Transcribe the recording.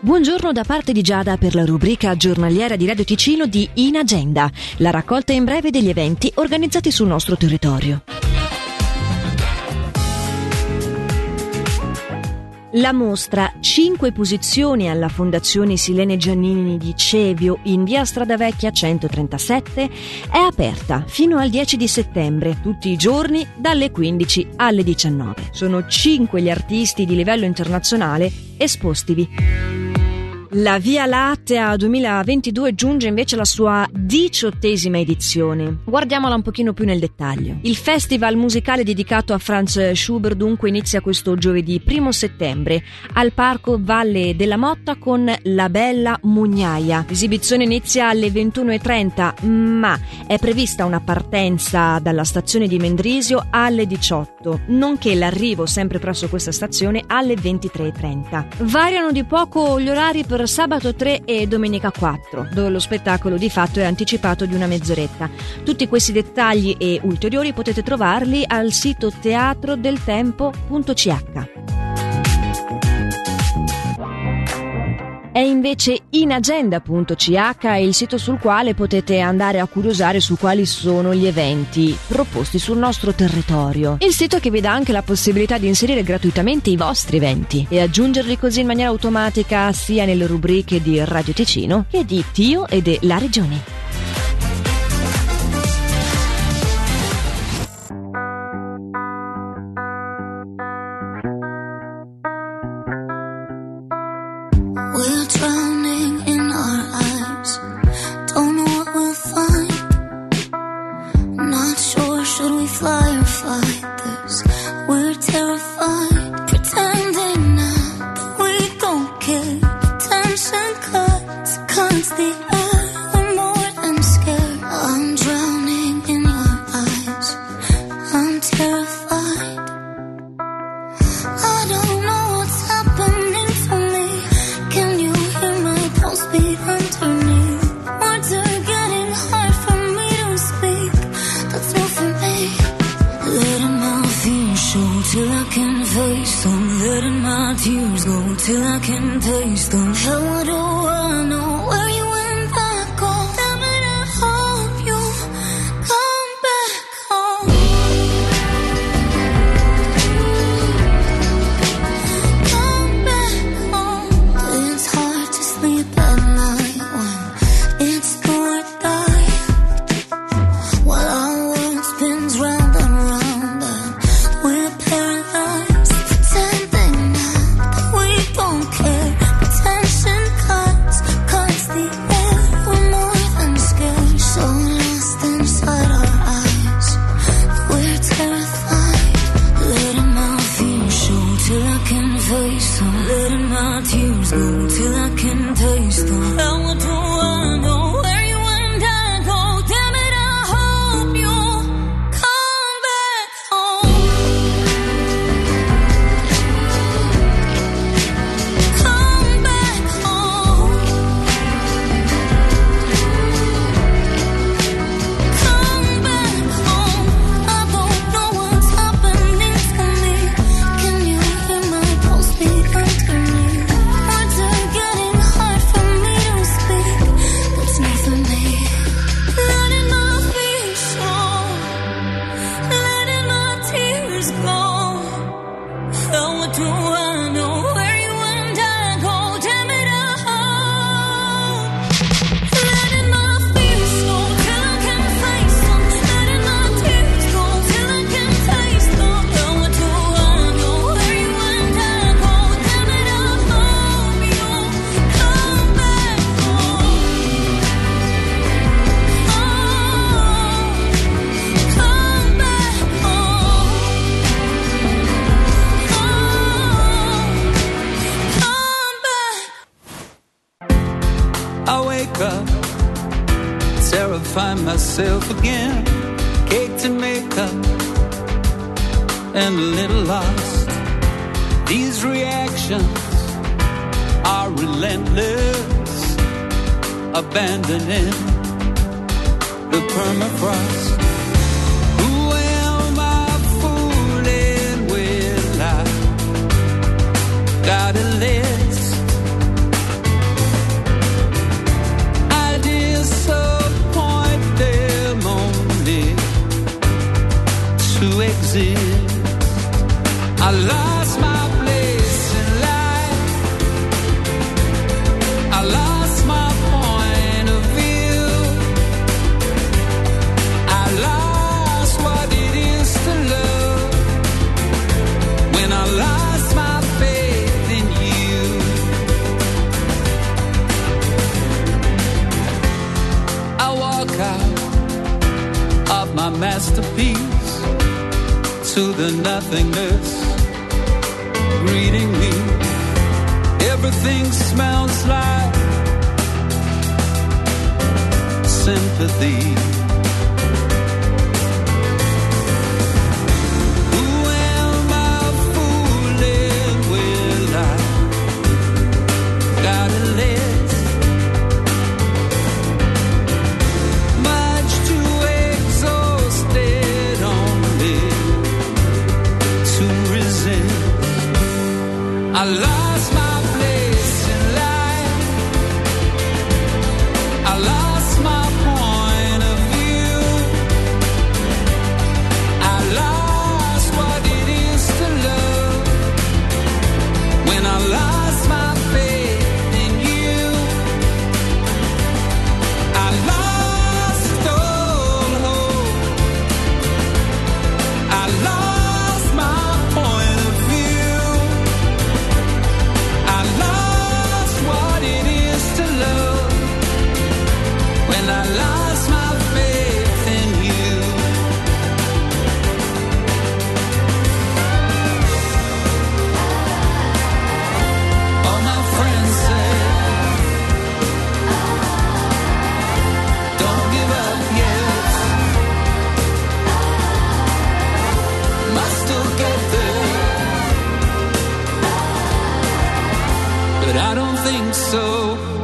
Buongiorno da parte di Giada per la rubrica giornaliera di Radio Ticino di In Agenda, la raccolta in breve degli eventi organizzati sul nostro territorio. La mostra 5 posizioni alla Fondazione Silene Giannini di Cevio in via Stradavecchia 137 è aperta fino al 10 di settembre, tutti i giorni dalle 15 alle 19. Sono 5 gli artisti di livello internazionale espostivi. La Via Lattea 2022 giunge invece alla sua 18ª edizione. Guardiamola un pochino più nel dettaglio. Il festival musicale dedicato a Franz Schubert dunque inizia questo giovedì 1 settembre al Parco Valle della Motta con La Bella Mugnaia. L'esibizione inizia alle 21:30, ma è prevista una partenza dalla stazione di Mendrisio alle 18, nonché l'arrivo sempre presso questa stazione alle 23:30. Variano di poco gli orari per sabato 3 e domenica 4, dove lo spettacolo di fatto è anticipato di una mezz'oretta. Tutti questi dettagli e ulteriori potete trovarli al sito teatrodeltempo.ch. È invece inagenda.ch il sito sul quale potete andare a curiosare su quali sono gli eventi proposti sul nostro territorio. Il sito che vi dà anche la possibilità di inserire gratuitamente i vostri eventi e aggiungerli così in maniera automatica sia nelle rubriche di Radio Ticino che di Tio e della Regione. We're drowning in our eyes, don't know what we'll find. Not sure, should we fly or fight this? We're terrified, pretending now that we don't care. Tension cuts the air, we're more than scared. I'm drowning in your eyes, I'm terrified. I don't know what's happening to me. Can you hear my pulse beat underneath? Words are getting hard for me to speak. That's not for me. Letting my fears show till I can face them. Letting my tears go till I can taste them. How do I know where you and I go? Damn it, I hope you come back home. Come back home. It's hard to sleep at night when it's do or die. While our world spins round and round and we're paralyzed, pretending now that we don't care. But tension cuts the air. We're more than scared, so lost inside our eyes. We're terrified, letting my fears show till I can face them. Letting my tears go till I can taste them. How do I know where you and I go? Damn it, I hope you come back home. Come back home. Come back home. I don't know what's happening to me. Can you hear my pulse beat underneath? Words are getting hard for me to speak. That's not for me. Letting my fears show, letting my tears go. How do I know where you and I go? Damn it, I hope. Letting my fears show till I can face them. Letting my tears go till I can taste them. How do I know where you and I go? Damn it, I hope you come back home. Come back home. Come back. I wake up, terrify myself again. Cake to make up, and a little lost. These reactions are relentless, abandoning the permafrost. Who am I fooling with? I got a list masterpiece to the nothingness greeting me. Everything smells like sympathy. I lost my place in life. I lost my point of view. I lost what it is to love. When I lost my faith in you, I lost all hope. I lost my point of view. I lost what it is to love when I lost my faith in you. All my friends say, don't give up yet. Must still get there. But I don't think so.